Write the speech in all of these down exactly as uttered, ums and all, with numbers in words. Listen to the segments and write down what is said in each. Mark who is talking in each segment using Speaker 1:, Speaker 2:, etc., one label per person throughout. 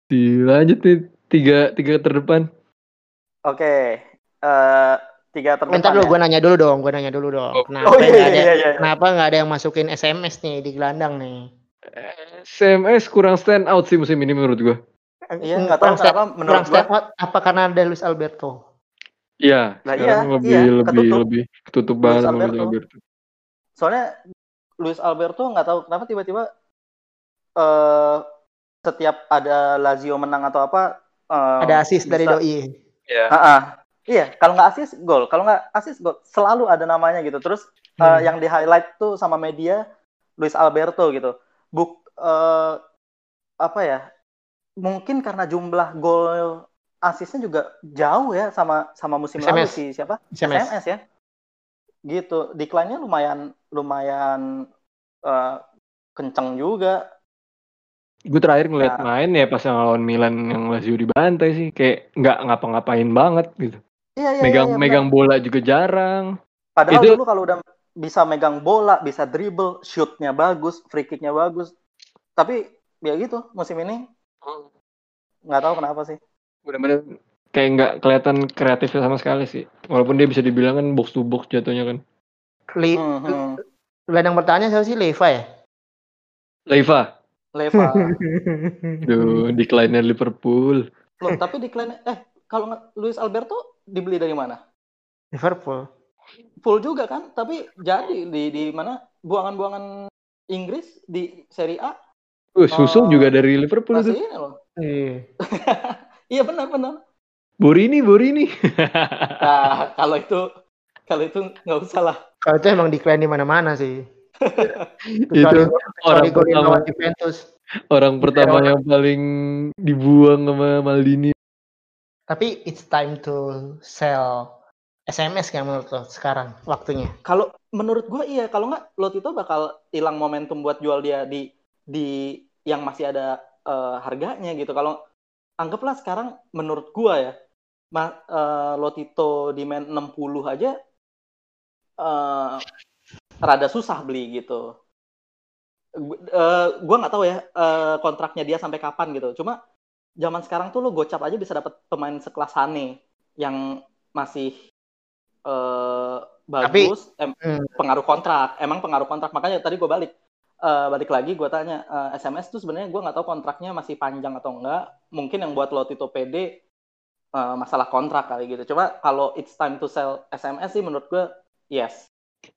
Speaker 1: Dilanjut nih tiga tiga terdepan.
Speaker 2: Oke, uh, tiga terdepan.
Speaker 3: Bentar dulu,
Speaker 2: ya?
Speaker 3: gue nanya dulu dong, gue nanya dulu dong.
Speaker 1: Oh,
Speaker 3: kenapa
Speaker 2: oh, iya,
Speaker 3: nggak ada?
Speaker 2: iya, iya.
Speaker 3: Kenapa nggak ada yang masukin S M S nih di gelandang nih?
Speaker 1: S M S kurang stand out sih musim ini menurut gue.
Speaker 2: Iya, nggak tahu kenapa menurut
Speaker 3: gue. Apa karena ada Luis Alberto?
Speaker 1: Iya,
Speaker 2: nah,
Speaker 1: sekarang
Speaker 2: iya,
Speaker 1: lebih
Speaker 2: iya,
Speaker 1: lebih
Speaker 2: ketutup.
Speaker 1: lebih ketutup
Speaker 2: Luis
Speaker 1: banget
Speaker 2: Alberto.
Speaker 1: Luis Alberto.
Speaker 2: Soalnya Luis Alberto nggak tahu kenapa tiba-tiba uh, setiap ada Lazio menang atau apa uh,
Speaker 3: ada assist dari Doi.
Speaker 1: Iya.
Speaker 2: Uh-uh. Iya, kalau nggak assist gol, kalau nggak assist gol, selalu ada namanya gitu. Terus hmm. uh, yang di highlight tuh sama media Luis Alberto gitu. Buk uh, apa ya? Mungkin karena jumlah gol assistnya juga jauh ya sama sama musim
Speaker 3: S M S.
Speaker 2: lalu sih siapa?
Speaker 3: S M S.
Speaker 2: S M S ya. Gitu, decline-nya lumayan lumayan uh, kenceng juga.
Speaker 1: Gue terakhir ngeliat ya. main ya pas lawan Milan yang Lazio dibantai sih, kayak nggak ngapa-ngapain banget gitu.
Speaker 2: Iya, iya,
Speaker 1: megang
Speaker 2: iya, iya,
Speaker 1: megang bola juga jarang.
Speaker 2: Padahal
Speaker 1: itu...
Speaker 2: dulu kalau udah bisa megang bola, bisa dribble, shoot-nya bagus, free kick-nya bagus. Tapi ya gitu, musim ini nggak tahu kenapa sih.
Speaker 1: Benar-benar kayak nggak kelihatan kreatifnya sama sekali sih. Walaupun dia bisa dibilang kan box to box jatuhnya kan.
Speaker 3: Li- hmm. Gelandang bertanya siapa sih? Leva ya?
Speaker 1: Leva.
Speaker 2: Leva.
Speaker 1: Duh, decline-nya Liverpool.
Speaker 2: Loh, tapi decline eh kalau Luis Alberto dibeli dari mana?
Speaker 3: Liverpool.
Speaker 2: Full juga kan, tapi jadi di di mana? Buangan-buangan Inggris di Serie A.
Speaker 1: Uh, susul uh, juga dari Liverpool
Speaker 2: masih
Speaker 1: itu.
Speaker 2: Ini loh.
Speaker 3: Iya.
Speaker 2: Iya benar-benar.
Speaker 1: Borini, Borini.
Speaker 2: Nah, kalau itu kalau itu nggak usah lah.
Speaker 3: Kalau itu emang decline di mana-mana sih.
Speaker 1: Itu orang pertama
Speaker 3: Juventus.
Speaker 1: Orang pertama yang paling dibuang sama Maldini.
Speaker 3: Tapi it's time to sell S M S kan menurut lo sekarang waktunya?
Speaker 2: Kalau menurut gue iya, kalau nggak Lotito bakal hilang momentum buat jual dia di di yang masih ada uh, harganya gitu. Kalau anggaplah sekarang menurut gue ya, ma, uh, Lotito di main enam puluh aja uh, rada susah beli gitu. Uh, gue nggak tahu ya uh, kontraknya dia sampai kapan gitu. Cuma zaman sekarang tuh lo gocap aja bisa dapat pemain sekelas Hane yang masih uh, bagus. Tapi, em, hmm. pengaruh kontrak. Emang pengaruh kontrak. Makanya tadi gue balik uh, balik lagi gue tanya uh, S M S tuh sebenarnya gue nggak tahu kontraknya masih panjang atau enggak. Mungkin yang buat Lotito pede uh, masalah kontrak kali gitu. Cuma kalau it's time to sell S M S sih menurut gue yes.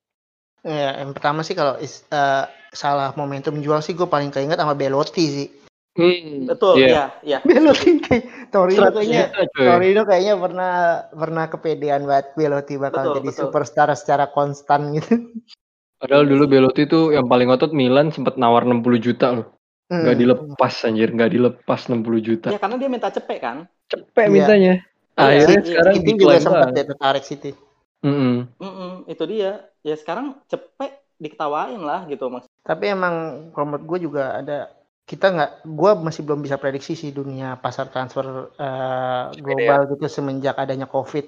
Speaker 3: Ya, yang pertama sih kalau is, uh, salah momentum jual sih gue paling keinget sama Belotti sih.
Speaker 2: Hmm, betul, iya, iya.
Speaker 3: Belotti kayak Torino kayaknya, Torino kayaknya pernah pernah kepedean banget Belotti bakal betul, jadi betul. superstar secara konstan gitu.
Speaker 1: Padahal dulu Belotti tuh yang paling otot Milan sempat nawar enam puluh juta loh. Hmm. Gak dilepas anjir, gak dilepas enam puluh juta.
Speaker 2: Ya karena dia minta cepet kan?
Speaker 1: Cepet mintanya.
Speaker 3: Iya.
Speaker 1: Akhirnya
Speaker 3: iya,
Speaker 1: sekarang
Speaker 3: City juga sempat ya tertarik City.
Speaker 1: Mm-mm.
Speaker 2: Mm-mm, itu dia. Ya sekarang cepet diketawain lah gitu mas.
Speaker 3: Tapi emang menurut gue juga ada kita nggak, gue masih belum bisa prediksi sih dunia pasar transfer uh, global gitu semenjak adanya COVID.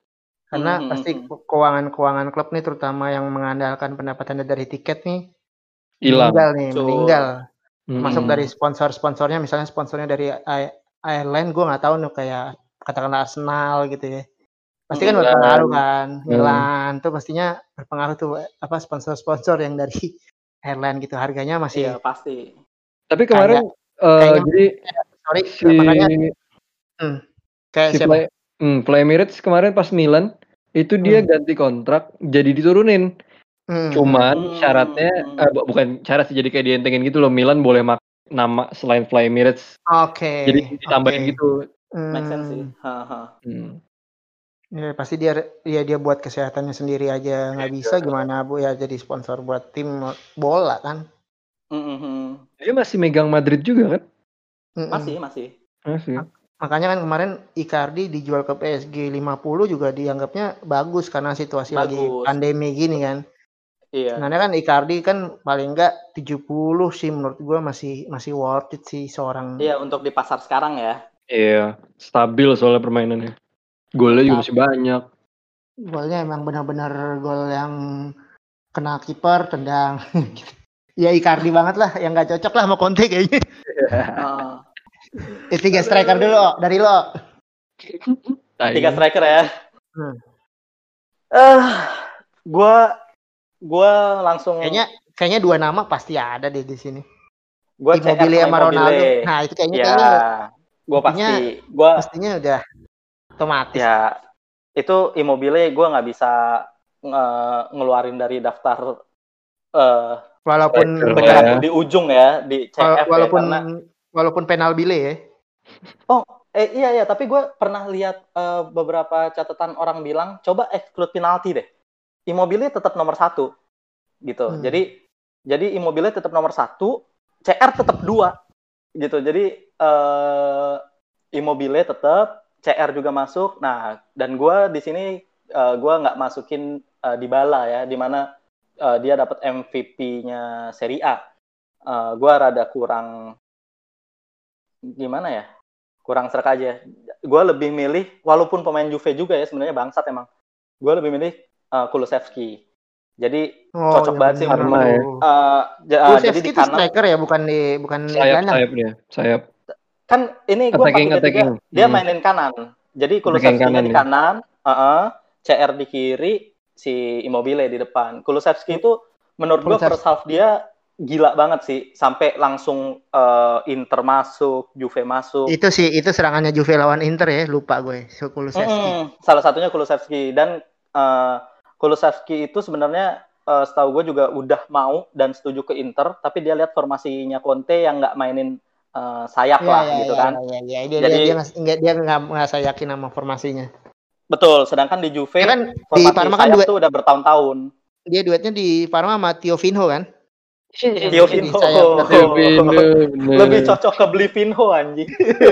Speaker 3: Karena mm-hmm. pasti keuangan-keuangan klub nih terutama yang mengandalkan pendapatan dari tiket nih
Speaker 1: hilang.
Speaker 3: meninggal nih, so, meninggal.
Speaker 1: Mm-hmm.
Speaker 3: Masuk dari sponsor-sponsornya, misalnya sponsornya dari airline, gue nggak tahu nih kayak katakanlah Arsenal gitu ya. Pasti kan
Speaker 1: Milan.
Speaker 3: berpengaruh kan, Milan
Speaker 1: hmm.
Speaker 3: tuh pastinya berpengaruh tuh apa sponsor-sponsor yang dari airline gitu harganya masih.
Speaker 2: Iya pasti.
Speaker 1: Tapi kemarin kayak, uh,
Speaker 3: kayaknya,
Speaker 1: jadi
Speaker 3: sorry
Speaker 1: si,
Speaker 3: makanya hmm, kayak
Speaker 1: si
Speaker 3: siapa?
Speaker 1: Play, hmm, Play Emirates kemarin pas Milan itu dia hmm. ganti kontrak jadi diturunin. Hmm. Cuman syaratnya hmm. uh, bukan syarat sih, jadi kayak dientengin gitu loh, Milan boleh mak nama selain Play Emirates.
Speaker 3: Oke. Okay.
Speaker 1: Jadi ditambahin
Speaker 3: okay.
Speaker 1: gitu.
Speaker 2: Hmm. Make sense sih.
Speaker 1: Hmm.
Speaker 3: Ya, pasti dia ya dia buat kesehatannya sendiri aja nggak bisa gimana bu ya jadi sponsor buat tim bola kan.
Speaker 2: Mm-hmm.
Speaker 1: Dia masih megang Madrid juga kan?
Speaker 2: Mm-hmm. Masih masih.
Speaker 1: Masih.
Speaker 3: Makanya kan kemarin Icardi dijual ke P S G lima puluh juga dianggapnya bagus karena situasi bagus. Lagi pandemi gini kan.
Speaker 2: Iya.
Speaker 3: Sebenarnya kan Icardi kan paling enggak tujuh puluh sih menurut gue masih masih worth it sih seorang.
Speaker 2: Iya untuk di pasar sekarang ya.
Speaker 1: Iya, stabil soalnya permainannya. Golnya juga masih banyak.
Speaker 3: Golnya emang benar-benar gol yang kena kiper, tendang. Ya Icardi banget lah, yang nggak cocok lah sama Conte kayaknya.
Speaker 2: uh,
Speaker 3: Eh, tiga striker dulu oh, dari lo.
Speaker 2: Tiga striker ya.
Speaker 3: Hmm.
Speaker 2: Eh, gua gua langsung
Speaker 3: Kayaknya kayaknya dua nama pasti ada deh di sini.
Speaker 2: gua C R
Speaker 3: Immobile
Speaker 2: sama
Speaker 3: sama Ronaldo.
Speaker 2: Immobile.
Speaker 3: Nah, itu kayaknya
Speaker 2: Ya,
Speaker 3: kayaknya
Speaker 2: gua
Speaker 3: mestinya,
Speaker 2: pasti gua
Speaker 3: mestinya udah otomatis.
Speaker 2: ya itu Immobile gua nggak bisa nge- ngeluarin dari daftar eh
Speaker 3: Walaupun
Speaker 1: Striker
Speaker 2: penyerang
Speaker 1: lah ya.
Speaker 2: di ujung ya di C F
Speaker 3: wala- walaupun
Speaker 2: ya karena
Speaker 3: walaupun penal bile ya.
Speaker 2: oh eh iya ya tapi gue pernah lihat eh, beberapa catatan orang bilang coba exclude penalti deh. Immobile tetap nomor satu gitu.
Speaker 3: Hmm.
Speaker 2: Jadi jadi Immobile tetap nomor satu, C R tetap dua gitu. Jadi eh, Immobile tetap, C R juga masuk. Nah dan gue di sini eh, gue nggak masukin eh, Dybala ya, di mana eh, dia dapat M V P-nya Serie A. Uh, gue rada kurang gimana ya, kurang serak aja. Gue lebih milih, walaupun pemain Juve juga ya sebenarnya bangsat emang. Gue lebih milih uh, Kulusevski. Jadi
Speaker 3: Oh,
Speaker 2: cocok
Speaker 3: ya
Speaker 2: banget sih
Speaker 3: benar.
Speaker 2: menurut gue.
Speaker 1: ya.
Speaker 2: Uh, j- uh, jadi
Speaker 3: Kulusevski
Speaker 2: di
Speaker 3: itu
Speaker 2: kanan
Speaker 3: striker ya, bukan di bukan di
Speaker 1: Sayap,
Speaker 3: gelandang.
Speaker 1: sayap dia, sayap.
Speaker 2: kan ini gue empat
Speaker 1: Attacking,
Speaker 2: tiga tiga
Speaker 1: attacking.
Speaker 2: dia
Speaker 1: Hmm.
Speaker 2: mainin kanan. Jadi
Speaker 1: Attacking
Speaker 2: Kulusevski-nya
Speaker 1: kanan
Speaker 2: di
Speaker 1: ya.
Speaker 2: kanan, uh-uh, C R di kiri, si Immobile di depan. Kulusevski itu menurut gue
Speaker 3: Kulusevski.
Speaker 2: first half dia gila banget sih, sampai langsung uh, Inter masuk, Juve masuk.
Speaker 3: Itu sih, itu serangannya Juve lawan Inter ya, lupa gue. So, Kulusevski.
Speaker 2: Mm-mm, salah satunya Kulusevski. Dan uh, Kulusevski itu sebenarnya uh, setahu gue juga udah mau dan setuju ke Inter, tapi dia lihat formasinya Conte yang nggak mainin uh, sayap
Speaker 3: Ya,
Speaker 2: lah
Speaker 3: ya,
Speaker 2: gitu
Speaker 3: ya,
Speaker 2: kan.
Speaker 3: ya, ya, ya. Dia,
Speaker 2: Jadi
Speaker 3: dia, dia, dia nggak nggak saya yakin sama formasinya.
Speaker 2: betul, sedangkan di Juve
Speaker 3: Ya kan, di
Speaker 2: formasi
Speaker 3: Parma kan
Speaker 2: sayap
Speaker 3: duet,
Speaker 2: tuh udah bertahun-tahun.
Speaker 3: dia duetnya di Parma sama Tio Vinho kan?
Speaker 2: Tio Vinho.
Speaker 1: Tio Vinho,
Speaker 2: Lebih cocok ke beli Vinho anjing.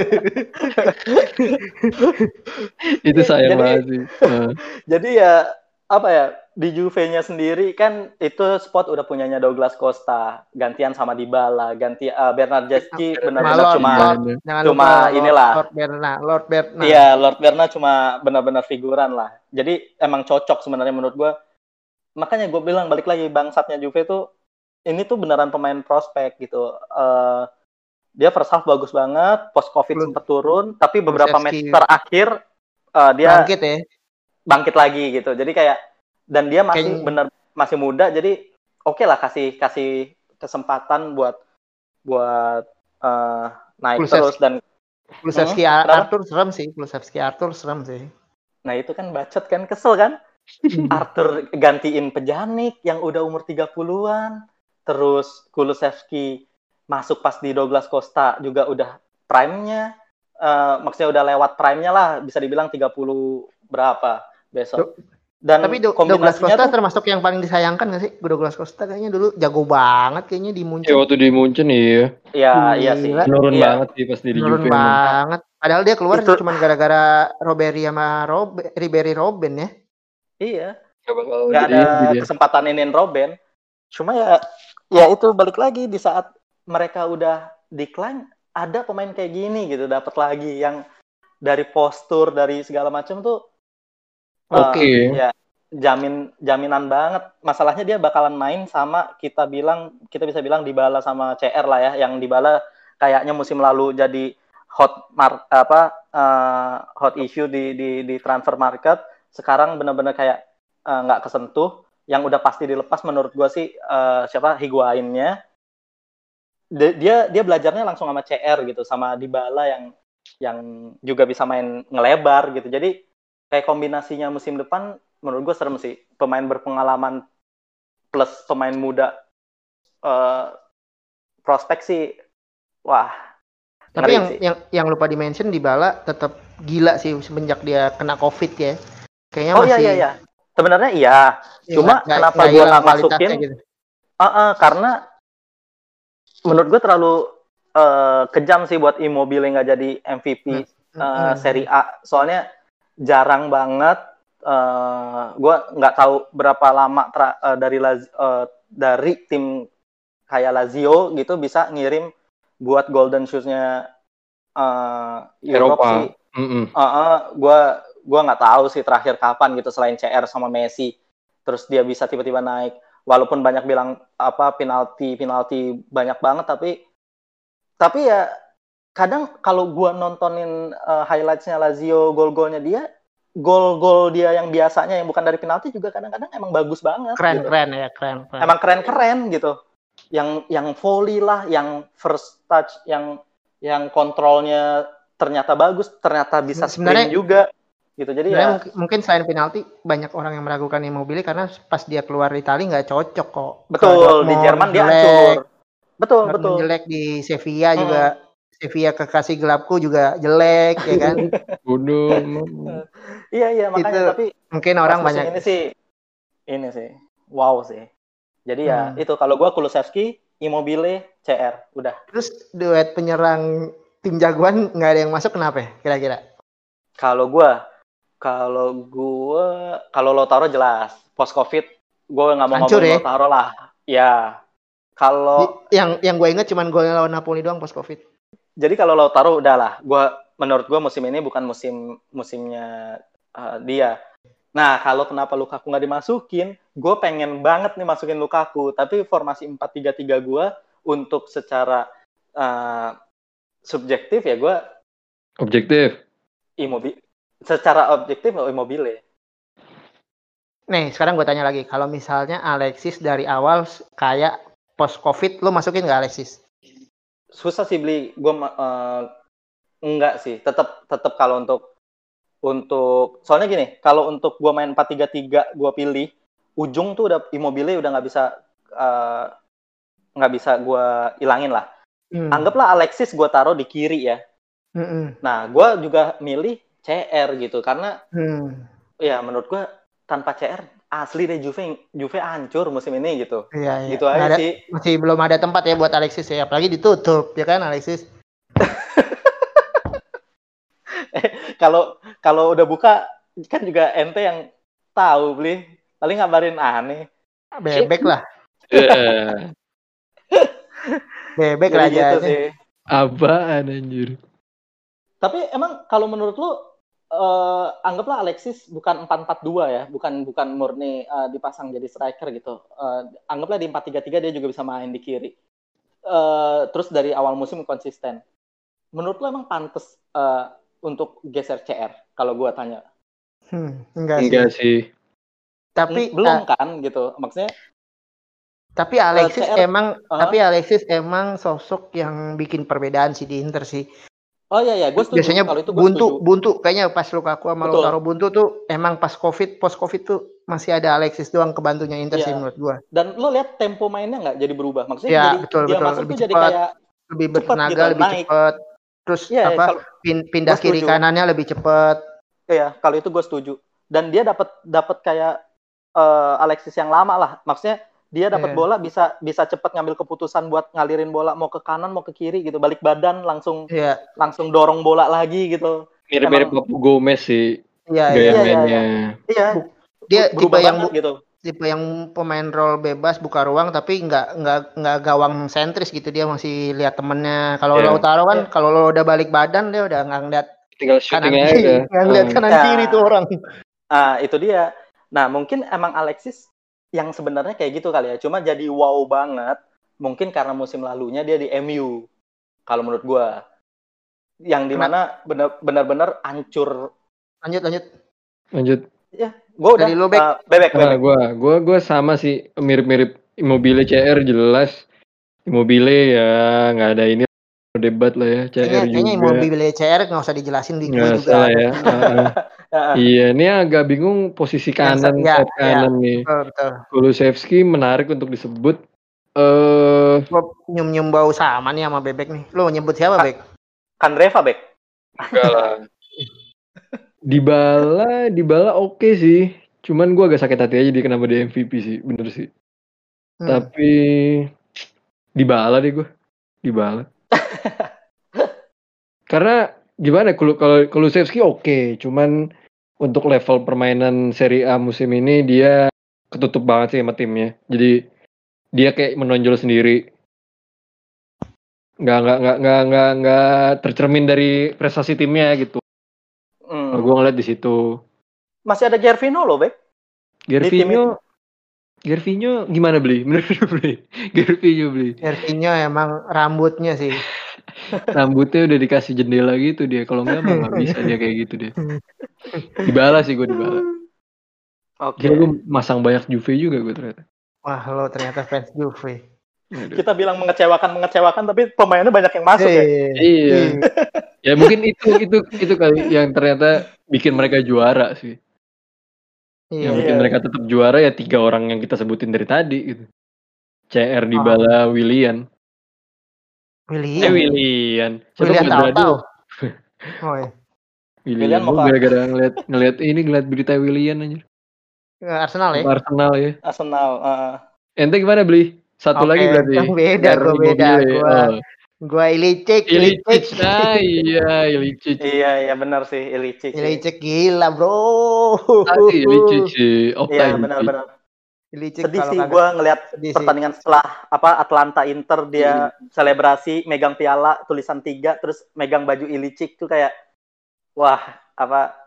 Speaker 1: Itu sayang
Speaker 2: jadi,
Speaker 1: banget sih. Uh.
Speaker 2: Jadi ya apa ya, di Juve-nya sendiri kan itu spot udah punyanya Douglas Costa, gantian sama Dybala, ganti uh, Bernardeschi benar-benar
Speaker 3: Lord,
Speaker 2: cuma
Speaker 3: Lord, jangan
Speaker 2: cuma
Speaker 3: lupa Lord,
Speaker 2: inilah.
Speaker 3: Lord Berna, Lord Berna.
Speaker 2: Iya, Lord Berna cuma benar-benar figuran lah. Jadi emang cocok sebenarnya menurut gue. Makanya gue bilang balik lagi, bangsatnya Juve tuh ini tuh beneran pemain prospek gitu. Uh, dia first half bagus banget, post Covid sempat turun, tapi beberapa match terakhir uh, dia
Speaker 3: bangkit ya.
Speaker 2: Bangkit lagi gitu. Jadi kayak dan dia masih
Speaker 3: Kayak...
Speaker 2: bener masih muda, jadi oke okay lah kasih kasih kesempatan buat buat uh, naik
Speaker 3: Kulusevski.
Speaker 2: terus. Dan
Speaker 3: Kulusevski hmm, Arthur serem sih, Kulusevski Arthur serem sih.
Speaker 2: Nah itu kan bacot kan, kesel kan. Arthur gantiin Pjanic yang udah umur tiga puluhan, terus Kulusevski masuk pas di Douglas Costa juga udah prime-nya, uh, maksudnya udah lewat prime-nya lah, bisa dibilang tiga puluh berapa besok. Dan
Speaker 3: tapi Do- Douglas Costa tuh termasuk yang paling disayangkan nggak sih? Douglas Costa kayaknya dulu jago banget kayaknya di Munchen.
Speaker 1: Ya waktu di Munchen iya.
Speaker 2: Iya, iya sih.
Speaker 1: Menurun
Speaker 2: iya.
Speaker 1: banget sih pas di Juve.
Speaker 3: Menurun banget. Padahal dia keluar
Speaker 2: itu...
Speaker 3: cuma gara-gara Roberi sama Rob Ribery Robben ya.
Speaker 2: Iya.
Speaker 1: Gak,
Speaker 2: Gak ada kesempatan inin Robben. Cuma ya ya itu balik lagi di saat mereka udah decline, ada pemain kayak gini gitu dapat lagi yang dari postur dari segala macam tuh
Speaker 1: oke okay.
Speaker 2: uh, ya jamin jaminan banget. Masalahnya dia bakalan main sama kita bilang kita bisa bilang Dybala sama C R lah ya, yang Dybala kayaknya musim lalu jadi hot mar apa uh, hot issue di di di transfer market, sekarang benar-benar kayak nggak uh, kesentuh. Yang udah pasti dilepas menurut gue sih uh, siapa Higuainnya. Dia dia belajarnya langsung sama C R gitu, sama Dybala yang yang juga bisa main ngelebar gitu. Jadi kayak kombinasinya musim depan menurut gue serem sih. Pemain berpengalaman plus pemain muda uh, prospek sih, wah.
Speaker 3: Tapi yang, yang yang lupa di-mention Dybala tetap gila sih semenjak dia kena Covid ya. Kayaknya
Speaker 2: oh
Speaker 3: masih...
Speaker 2: iya iya iya. Sebenarnya iya.
Speaker 3: Ya,
Speaker 2: Cuma
Speaker 3: gak,
Speaker 2: kenapa
Speaker 3: gak
Speaker 2: gue nggak masukin?
Speaker 3: Gitu.
Speaker 2: Uh, uh, karena menurut gue terlalu uh, kejam sih buat Immobile nggak jadi M V P hmm. uh, Serie A. Soalnya jarang banget. Uh, gue nggak tahu berapa lama tra- uh, dari Laz- uh, dari tim kayak Lazio gitu bisa ngirim buat Golden Shoes-nya uh, Europe
Speaker 1: Eropa.
Speaker 2: sih. Mm-hmm. Uh, uh, gue gue nggak tahu sih terakhir kapan gitu selain C R sama Messi. Terus dia bisa tiba-tiba naik. Walaupun banyak bilang apa penalti penalti banyak banget, tapi tapi ya kadang kalau gua nontonin uh, highlights-nya Lazio, gol-golnya dia, gol-gol dia yang biasanya yang bukan dari penalti juga kadang-kadang emang bagus banget.
Speaker 3: Keren
Speaker 2: gitu.
Speaker 3: keren ya keren, keren.
Speaker 2: Emang keren-keren gitu. Yang yang volley lah, yang first touch, yang yang kontrolnya ternyata bagus, ternyata bisa sprint juga. Gitu. Jadi ya
Speaker 3: mungkin, mungkin selain penalti banyak orang yang meragukan Immobile karena pas dia keluar Italia nggak cocok kok.
Speaker 2: Betul, di Jerman dia hancur. Betul,
Speaker 3: Dortmund
Speaker 2: betul.
Speaker 3: Jelek di Sevilla hmm. juga. Sevilla kekasih gelapku juga jelek ya kan.
Speaker 1: Bodoh.
Speaker 2: Iya iya makanya itu, tapi
Speaker 3: mungkin orang banyak
Speaker 2: ini sih ini sih wow sih. Jadi ya hmm. itu kalau gua Kulusevski, Immobile, C R udah.
Speaker 3: Terus duet penyerang tim jagoan nggak ada yang masuk kenapa ya kira-kira?
Speaker 2: Kalau gua Kalau gue, kalau Lautaro jelas, post Covid, gue nggak mau
Speaker 3: Hancur,
Speaker 2: ngomongin
Speaker 3: ya?
Speaker 2: Lautaro lah. Ya, kalau
Speaker 3: yang yang gue inget cuma golnya lawan Napoli doang post Covid.
Speaker 2: Jadi kalau Lautaro udahlah, gue menurut gue musim ini bukan musim musimnya uh, dia. Nah, kalau kenapa Lukaku nggak dimasukin, gue pengen banget nih masukin Lukaku, tapi formasi empat tiga tiga gue untuk secara uh, subjektif ya gue
Speaker 1: objektif.
Speaker 2: Immobile. Secara objektif Immobile.
Speaker 3: Nih, sekarang gue tanya lagi. Kalau misalnya Alexis dari awal kayak post-Covid, lo masukin nggak Alexis?
Speaker 2: Susah sih beli. Gue uh, enggak sih. Tetap tetap kalau untuk untuk soalnya gini, kalau untuk gue main empat tiga tiga gue pilih, ujung tuh udah Immobile udah nggak bisa nggak uh, bisa gue ilangin lah. Hmm. Anggaplah Alexis gue taruh di kiri ya. Hmm. Nah, gue juga milih C R gitu karena hmm. ya menurut gue tanpa C R asli deh Juve Juve hancur musim ini gitu.
Speaker 3: Iya, iya.
Speaker 2: Gitu aja
Speaker 3: ada,
Speaker 2: sih.
Speaker 3: Masih belum ada tempat ya buat Alexis ya, apalagi ditutup ya kan Alexis.
Speaker 2: Kalau kalau udah buka kan juga ente yang tahu beli paling ngabarin aneh.
Speaker 3: Bebek lah. Bebek
Speaker 2: lah
Speaker 3: gitu
Speaker 2: sih.
Speaker 1: Apaan anjir?
Speaker 2: Tapi emang kalau menurut lu uh, anggaplah Alexis bukan empat empat dua ya, bukan bukan murni uh, dipasang jadi striker gitu. Uh, anggaplah di empat tiga tiga dia juga bisa main di kiri. Uh, terus dari awal musim konsisten. Menurut lu emang pantas uh, untuk geser C R kalau gua tanya?
Speaker 3: Hmm, enggak,
Speaker 1: enggak
Speaker 3: sih.
Speaker 1: sih.
Speaker 3: Tapi
Speaker 2: belum uh, kan gitu. Maksudnya
Speaker 3: tapi Alexis uh, C R, emang uh, tapi Alexis emang sosok yang bikin perbedaan sih di Inter sih.
Speaker 2: Oh iya ya, gue setuju.
Speaker 3: Biasanya
Speaker 2: kalau itu gue
Speaker 3: buntu,
Speaker 2: setuju.
Speaker 3: buntu kayaknya pas Lukaku sama Lautaro buntu tuh emang pas Covid, post Covid tuh masih ada Alexis doang kebantunya Inter ya. Sih menurut gue.
Speaker 2: Dan lo lihat tempo mainnya nggak jadi berubah, maksudnya
Speaker 3: ya,
Speaker 2: jadi
Speaker 3: betul,
Speaker 2: dia
Speaker 3: betul.
Speaker 2: masuk
Speaker 3: Lebih
Speaker 2: tuh
Speaker 3: cepat,
Speaker 2: jadi kayak
Speaker 3: lebih bertenaga,
Speaker 2: gitu,
Speaker 3: lebih
Speaker 2: naik.
Speaker 3: cepat. Terus
Speaker 2: ya,
Speaker 3: apa?
Speaker 2: Kalo,
Speaker 3: pindah kiri kanannya lebih cepat.
Speaker 2: Iya, kalau itu gue setuju. Dan dia dapat dapat kayak uh, Alexis yang lama lah, maksudnya. Dia dapat yeah. bola bisa bisa cepat ngambil keputusan buat ngalirin bola mau ke kanan mau ke kiri gitu, balik badan langsung yeah. langsung dorong bola lagi gitu.
Speaker 1: Mirip-mirip Papu Gomez sih.
Speaker 3: Iya
Speaker 1: iya
Speaker 2: iya. Iya.
Speaker 3: Dia tipe yang bu-
Speaker 2: gitu.
Speaker 3: Tipe yang pemain role bebas buka ruang tapi nggak nggak nggak gawang sentris gitu, dia masih lihat temennya. Kalau yeah. Lautaro kan yeah. kalau lo udah balik badan dia udah nggak ngeliat
Speaker 1: tinggal shooting aja.
Speaker 3: Nggak ngeliat kanan
Speaker 2: ya.
Speaker 3: kiri tuh orang.
Speaker 2: Ah itu dia. Nah mungkin emang Alexis yang sebenarnya kayak gitu kali ya, cuma jadi wow banget mungkin karena musim lalunya dia di M U kalau menurut gue yang dimana benar, benar-benar hancur.
Speaker 3: Lanjut lanjut
Speaker 1: lanjut
Speaker 2: ya gue udah
Speaker 3: lo, Bek.
Speaker 2: Uh, bebek bebek
Speaker 1: nah, gue gue gue sama sih, mirip-mirip Immobile C R jelas. Immobile ya nggak ada ini debat lah ya. C R
Speaker 3: kayaknya,
Speaker 1: juga
Speaker 3: kayaknya Immobile C R nggak usah dijelasin di gue juga
Speaker 1: salah ya. Iya, ini agak bingung posisi kanan,
Speaker 3: ya,
Speaker 1: sayap kanan
Speaker 3: ya,
Speaker 1: nih.
Speaker 3: Betul, betul.
Speaker 1: Kulusevski menarik untuk disebut. Eh, uh,
Speaker 3: nyium-nyium bau sama nih sama Bebek nih. Lo nyebut siapa, Bek?
Speaker 2: Kandreva, Bek.
Speaker 1: Enggak lah. Dybala, Dybala oke okay sih. Cuman gue agak sakit hati aja dia kenapa dia M V P sih, bener sih. Hmm. Tapi Dybala deh gue. Dybala. Karena gimana kalau kalau Kulusevski oke, okay, cuman untuk level permainan Serie A musim ini dia ketutup banget sih sama timnya. Jadi dia kayak menonjol sendiri. Nggak nggak nggak nggak nggak nggak tercermin dari prestasi timnya gitu. Hmm. Gue ngeliat di situ.
Speaker 2: Masih ada Gervinho loh, Bek.
Speaker 1: Gervinho, Gervinho gimana beli? Bener beli. Gervinho beli.
Speaker 3: Gervinho emang rambutnya sih.
Speaker 1: Rambutnya udah dikasih jendela gitu dia. Kalau enggak mah nggak bisa dia kayak gitu dia. Dybala sih gue Dybala.
Speaker 2: Oke.
Speaker 1: Gila gue masang banyak Juve juga gue ternyata.
Speaker 3: Wah, lo ternyata fans Juve.
Speaker 1: Aduh.
Speaker 2: Kita bilang mengecewakan mengecewakan tapi pemainnya banyak yang masuk ya.
Speaker 1: Iya. Ya mungkin itu itu itu kali yang ternyata bikin mereka juara sih.
Speaker 3: Iya.
Speaker 1: Yang bikin
Speaker 2: Iya.
Speaker 1: mereka tetap juara ya tiga orang yang kita sebutin dari tadi gitu. C R, Dybala, Willian.
Speaker 3: Willian.
Speaker 1: Eh Willian. Siapa
Speaker 3: Willian tahu-tahu. Oh iya.
Speaker 1: Willian
Speaker 2: mau
Speaker 1: gue gara-gara ngeliat ngeliat ini ngeliat berita Willian aja.
Speaker 3: Arsenal ya?
Speaker 1: Arsenal ya.
Speaker 2: Arsenal. Uh.
Speaker 1: Ente gimana beli? Satu
Speaker 3: Oke,
Speaker 1: lagi berarti.
Speaker 3: yang beda, gue beda. Gue
Speaker 1: Oh.
Speaker 3: Gua Ilicic,
Speaker 1: Ilicic. Nah, iya, Ilicic.
Speaker 2: Iya, iya benar sih Ilicic.
Speaker 3: Ilicic gila, Bro.
Speaker 1: Ah, Ilicic sih.
Speaker 2: Iya, benar-benar.
Speaker 3: Ilicic
Speaker 2: sedih sih gue ngelihat pertandingan sih. Setelah apa Atlanta Inter dia hmm. selebrasi megang piala tulisan tiga terus megang baju Ilicic tuh kayak wah apa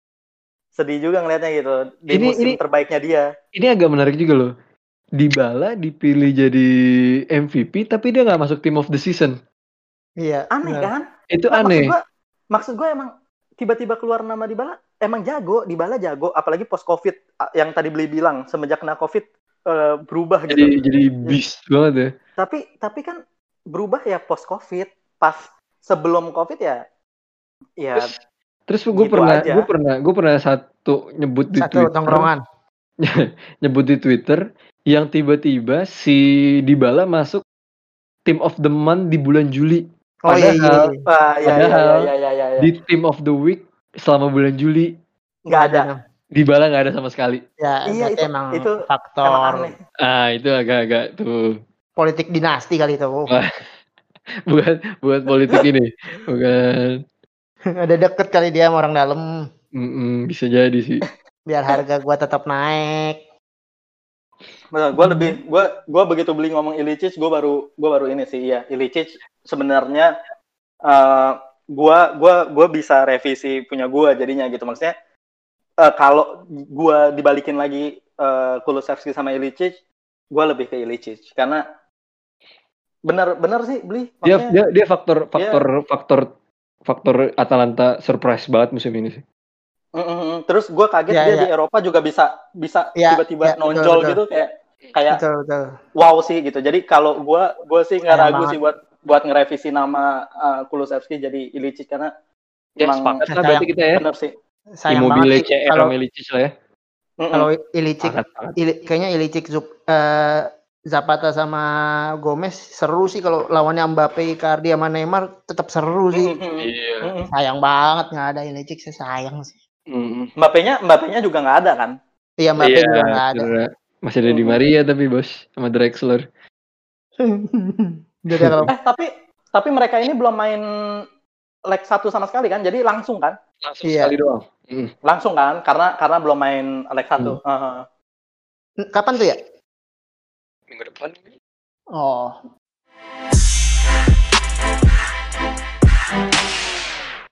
Speaker 2: sedih juga ngelihatnya gitu di
Speaker 1: ini,
Speaker 2: musim
Speaker 1: ini,
Speaker 2: terbaiknya dia.
Speaker 1: Ini agak menarik juga loh. Dybala dipilih jadi M V P tapi dia nggak masuk team of the season.
Speaker 3: Iya.
Speaker 2: Aneh
Speaker 3: benar.
Speaker 2: kan?
Speaker 1: Itu
Speaker 2: nah,
Speaker 1: aneh.
Speaker 2: Maksud gue, maksud gue emang tiba-tiba keluar nama Dybala. Emang jago, Dybala jago, apalagi post Covid yang tadi beli bilang semenjak kena Covid uh, berubah
Speaker 1: jadi,
Speaker 2: gitu.
Speaker 1: Jadi beast hmm. banget ya.
Speaker 2: Tapi tapi kan berubah ya post Covid. Pas sebelum Covid ya, ya.
Speaker 1: Terus, terus gue gitu pernah, gue pernah, gue pernah satu nyebut di
Speaker 3: satu
Speaker 1: Twitter.
Speaker 3: Tongkrongan.
Speaker 1: nyebut di Twitter yang tiba-tiba si Dybala masuk Team of the Month di bulan Juli.
Speaker 3: Oh
Speaker 1: padahal,
Speaker 3: iya, iya.
Speaker 2: Ah, iya,
Speaker 1: padahal
Speaker 2: iya, iya, iya, iya.
Speaker 1: di Team of the Week selama bulan Juli
Speaker 2: nggak ada.
Speaker 1: Dybala nggak ada sama sekali.
Speaker 3: Ya,
Speaker 2: iya itu
Speaker 3: emang
Speaker 2: itu
Speaker 3: faktor.
Speaker 2: Emang aneh.
Speaker 1: Ah itu agak-agak tuh.
Speaker 3: Politik dinasti kali itu.
Speaker 1: bukan bukan politik ini, bukan.
Speaker 3: Ada deket kali dia sama orang dalam.
Speaker 1: Mm-mm, bisa jadi sih.
Speaker 3: Biar harga gua tetap naik.
Speaker 2: Betul, gue lebih, gue gue begitu beli ngomong Ilicic, gue baru gue baru ini sih ya Ilicic sebenarnya uh, gue gue gue bisa revisi punya gue jadinya gitu maksudnya uh, kalau gue dibalikin lagi uh, Kulusevski sama Ilicic, gue lebih ke Ilicic karena benar-benar sih beli.
Speaker 1: Dia dia dia faktor faktor
Speaker 2: dia,
Speaker 1: faktor faktor Atalanta surprise banget musim ini sih.
Speaker 2: Mm-hmm. Terus gue kaget
Speaker 3: ya,
Speaker 2: dia
Speaker 3: ya.
Speaker 2: di Eropa juga bisa bisa
Speaker 3: ya,
Speaker 2: tiba-tiba
Speaker 3: ya,
Speaker 2: nonjol
Speaker 3: betul,
Speaker 2: gitu
Speaker 3: betul.
Speaker 2: kayak kayak
Speaker 3: betul, betul.
Speaker 2: wow sih gitu. Jadi kalau gue gue sih nggak ragu
Speaker 3: banget.
Speaker 2: sih buat buat ngerevisi nama uh, Kulusevski jadi Ilicic karena
Speaker 1: ya,
Speaker 2: emang
Speaker 1: sepakat lah berarti kita ya.
Speaker 2: Bener sih.
Speaker 3: Sayang
Speaker 1: Immobile,
Speaker 3: banget
Speaker 1: C R,
Speaker 3: kalau
Speaker 1: Ilicic lah ya.
Speaker 3: Kalau Ilicic, ili, kayaknya Ilicic uh, Zapata sama Gomez seru sih kalau lawannya Mbappe, Icardi sama Neymar tetap seru sih.
Speaker 1: Iya.
Speaker 3: Sayang banget nggak ada Ilicic, saya sayang sih.
Speaker 1: Mm-hmm.
Speaker 2: Mbappe-nya Mbappe-nya juga nggak ada kan?
Speaker 3: Iya, Mbappe
Speaker 1: iya,
Speaker 3: juga nggak ada.
Speaker 1: Masih ada Di Maria tapi bos sama Drexler.
Speaker 2: eh tapi tapi mereka ini belum main leg satu sama sekali kan? Jadi langsung kan?
Speaker 1: Langsung
Speaker 3: iya.
Speaker 1: sekali doang. Mm.
Speaker 2: Langsung kan? Karena karena belum main leg satu.
Speaker 1: Mm.
Speaker 2: Uh-huh.
Speaker 3: Kapan tuh ya?
Speaker 1: Minggu depan.
Speaker 3: Oh.